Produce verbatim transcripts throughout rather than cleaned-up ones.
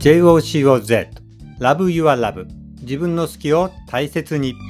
ジェイオーシーオーゼット Love Your Love 自分の好きを大切に。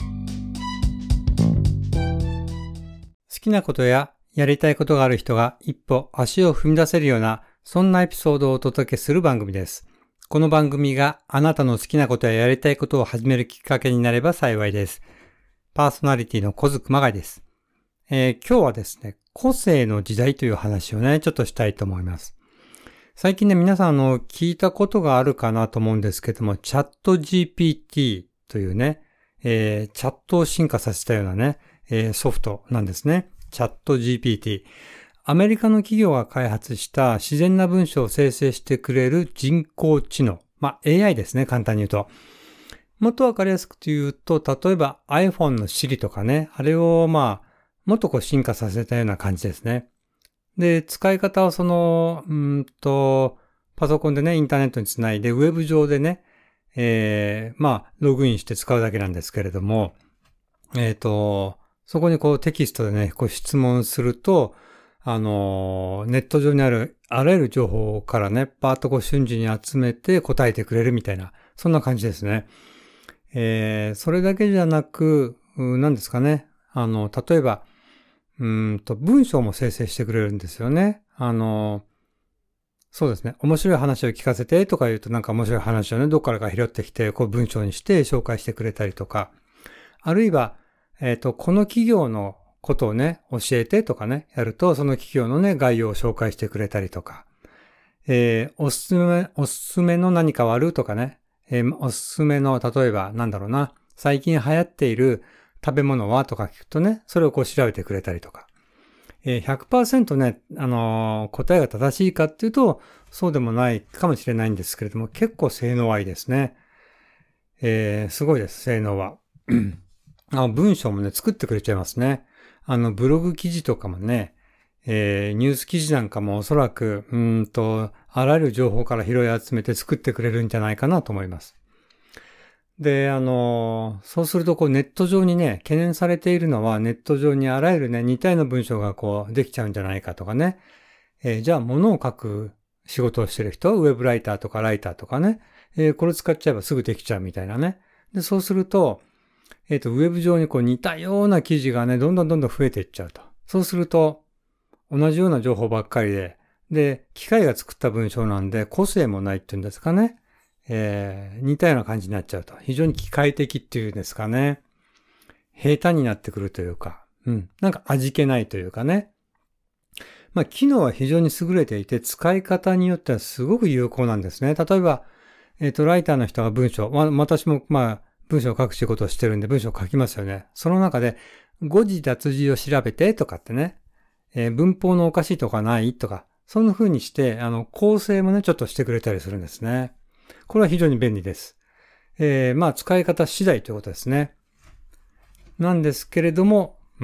好きなことややりたいことがある人が一歩足を踏み出せるような、そんなエピソードをお届けする番組です。この番組があなたの好きなことややりたいことを始めるきっかけになれば幸いです。パーソナリティの小津熊谷です。えー、今日はですね、個性の時代という話をね、ちょっとしたいと思います。最近ね、皆さんあの、聞いたことがあるかなと思うんですけども、チャット ジーピーティー というね、えー、チャットを進化させたようなね、えー、ソフトなんですね。チャット ジーピーティー。アメリカの企業が開発した自然な文章を生成してくれる人工知能。まあ、エーアイ ですね、簡単に言うと。もっとわかりやすく言うと、例えば iPhone の Siri とかね、あれをまあ、もっとこう進化させたような感じですね。で、使い方はその、うんと、パソコンでね、インターネットにつないで、ウェブ上でね、えー、まあ、ログインして使うだけなんですけれども、えっと、そこにこうテキストでね、こう質問すると、あの、ネット上にあるあらゆる情報からね、パーッとこう瞬時に集めて答えてくれるみたいな、そんな感じですね。えー、それだけじゃなく、何ですかね、あの、例えば、うーんと、文章も生成してくれるんですよね。あの、そうですね。面白い話を聞かせてとか言うとなんか面白い話をね、どっからか拾ってきて、こう文章にして紹介してくれたりとか、あるいは、えっと、この企業のことをね、教えてとかね、やると、その企業のね、概要を紹介してくれたりとか、えー、おすすめ、おすすめの何かはあるとかね、えー、おすすめの、例えば、なんだろうな、最近流行っている食べ物はとか聞くとね、それをこう調べてくれたりとか。ひゃくパーセント ね、あのー、答えが正しいかっていうと、そうでもないかもしれないんですけれども、結構性能はいいですね。えー、すごいです、性能は。あ文章もね、作ってくれちゃいますね。あの、ブログ記事とかもね、えー、ニュース記事なんかもおそらく、うーんと、あらゆる情報から拾い集めて作ってくれるんじゃないかなと思います。で、あの、そうするとこうネット上にね、懸念されているのはネット上にあらゆるね、似たような文章がこうできちゃうんじゃないかとかね。えー、じゃあ物を書く仕事をしてる人、ウェブライターとかライターとかね、えー、これ使っちゃえばすぐできちゃうみたいなね。で、そうすると、えっと、ウェブ上にこう似たような記事がね、どんどんどんどん増えていっちゃうと。そうすると、同じような情報ばっかりで、で、機械が作った文章なんで個性もないっていうんですかね。えー、似たような感じになっちゃうと。非常に機械的っていうんですかね。平坦になってくるというか、うん。なんか味気ないというかね。まあ、機能は非常に優れていて、使い方によってはすごく有効なんですね。例えば、えっと、ライターの人が文章、まあ、私も、まあ、文章を書く仕事をしてるんで文章を書きますよね。その中で、誤字脱字を調べてとかってね、えー、文法のおかしいとかないとか、そんな風にして、あの、構成もね、ちょっとしてくれたりするんですね。これは非常に便利です。えー、まあ、使い方次第ということですね。なんですけれども、うん、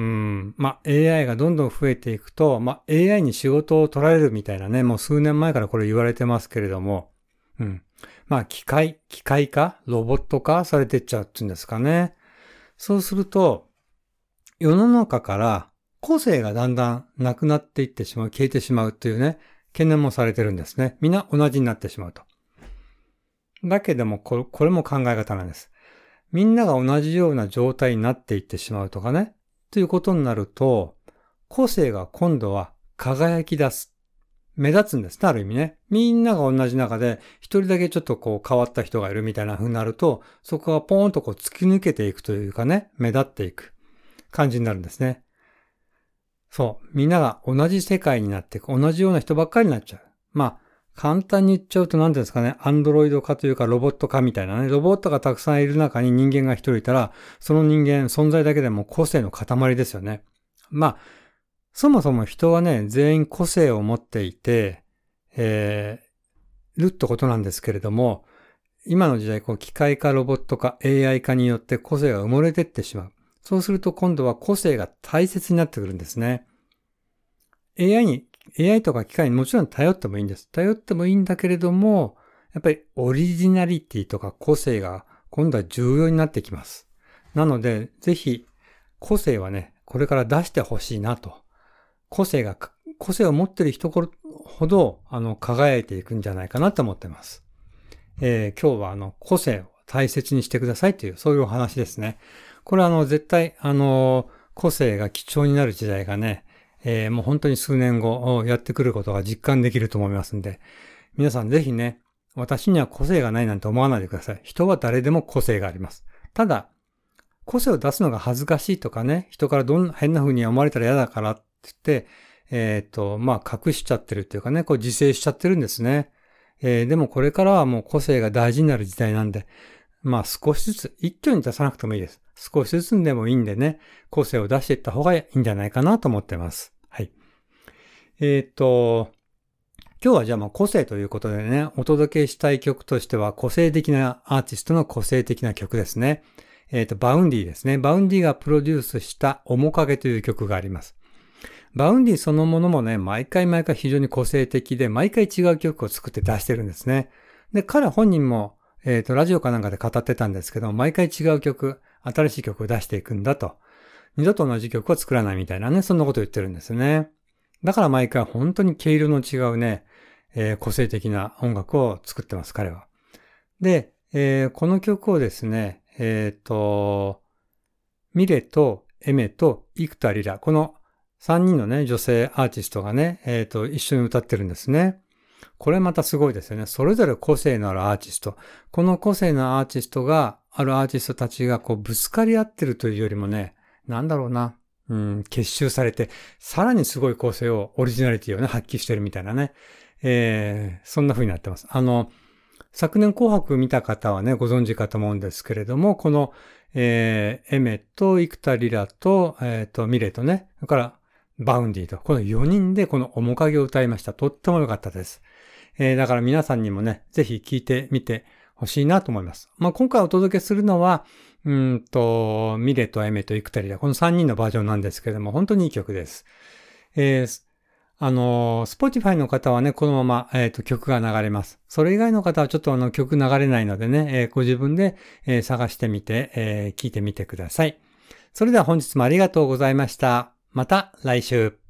まあ、エーアイ がどんどん増えていくと、まあ、エーアイ に仕事を取られるみたいなね、もう数年前からこれ言われてますけれども、うん。まあ、機械、機械化、ロボット化されていっちゃうっていうんですかね。そうすると、世の中から個性がだんだんなくなっていってしまう、消えてしまうというね、懸念もされてるんですね。みんな同じになってしまうと。だけどもこれ、これも考え方なんです。みんなが同じような状態になっていってしまうとかね。ということになると、個性が今度は輝き出す。目立つんですね、ある意味ね。みんなが同じ中で、一人だけちょっとこう変わった人がいるみたいな風になると、そこがポーンとこう突き抜けていくというかね、目立っていく感じになるんですね。そう。みんなが同じ世界になっていく。同じような人ばっかりになっちゃう。まあ、簡単に言っちゃうと何ていうんですかね、アンドロイド化というかロボット化みたいなね、ロボットがたくさんいる中に人間が一人いたら、その人間、存在だけでも個性の塊ですよね。まあ、そもそも人はね、全員個性を持っていて、えー、るってことなんですけれども、今の時代、こう、機械化、ロボット化、エーアイ 化によって個性が埋もれてってしまう。そうすると今度は個性が大切になってくるんですね。エーアイ に、エーアイ とか機械にもちろん頼ってもいいんです。頼ってもいいんだけれども、やっぱりオリジナリティとか個性が今度は重要になってきます。なので、ぜひ個性はね、これから出してほしいなと。個性が、個性を持っている人ほど、あの、輝いていくんじゃないかなと思ってます。 えー、今日はあの、個性を大切にしてくださいという、そういうお話ですね。これはあの、絶対、あの、個性が貴重になる時代がね、えー、もう本当に数年後やってくることが実感できると思いますんで、皆さんぜひね、私には個性がないなんて思わないでください。人は誰でも個性があります。ただ、個性を出すのが恥ずかしいとかね、人からどんな変な風に思われたら嫌だからって言って、えっと、まあ、隠しちゃってるっていうかね、こう自制しちゃってるんですね。えー、でもこれからはもう個性が大事になる時代なんで、まあ少しずつ、一挙に出さなくてもいいです。少しずつでもいいんでね、個性を出していった方がいいんじゃないかなと思ってます。はい。えっと、今日はじゃあまあ個性ということでね、お届けしたい曲としては個性的なアーティストの個性的な曲ですね。えっと、バウンディですね。バウンディがプロデュースした面影という曲があります。バウンディそのものもね、毎回毎回非常に個性的で、毎回違う曲を作って出してるんですね。で、彼本人も、えっと、ラジオかなんかで語ってたんですけど、毎回違う曲、新しい曲を出していくんだと。二度と同じ曲を作らないみたいなね、そんなことを言ってるんですね。だから毎回本当に毛色の違うね、えー、個性的な音楽を作ってます、彼は。で、えー、この曲をですね、えっと、ミレとエメと生田リラ、このさんにんのね、女性アーティストがね、えっと、一緒に歌ってるんですね。これまたすごいですよね。それぞれ個性のあるアーティスト。この個性のアーティストが、あるアーティストたちがこうぶつかり合ってるというよりもね、なんだろうな、うん、結集されて、さらにすごい個性を、オリジナリティをね、発揮してるみたいなね。えー、そんな風になってます。あの、昨年紅白見た方はね、ご存知かと思うんですけれども、この、えー、エメと生田リラと、えっと、ミレとね、それからバウンディと、このよにんでこの面影を歌いました。とっても良かったです。えー、だから皆さんにもね、ぜひ聴いてみてほしいなと思います。まあ、今回お届けするのは、うんと、ミレとエメと生田リラ、このさんにんのバージョンなんですけれども、本当にいい曲です。えー、あの、Spotify の方はね、このまま、えっと、曲が流れます。それ以外の方はちょっとあの、曲流れないのでね、えー、ご自分で、えー、探してみて、えー、聞いてみてください。それでは本日もありがとうございました。また来週。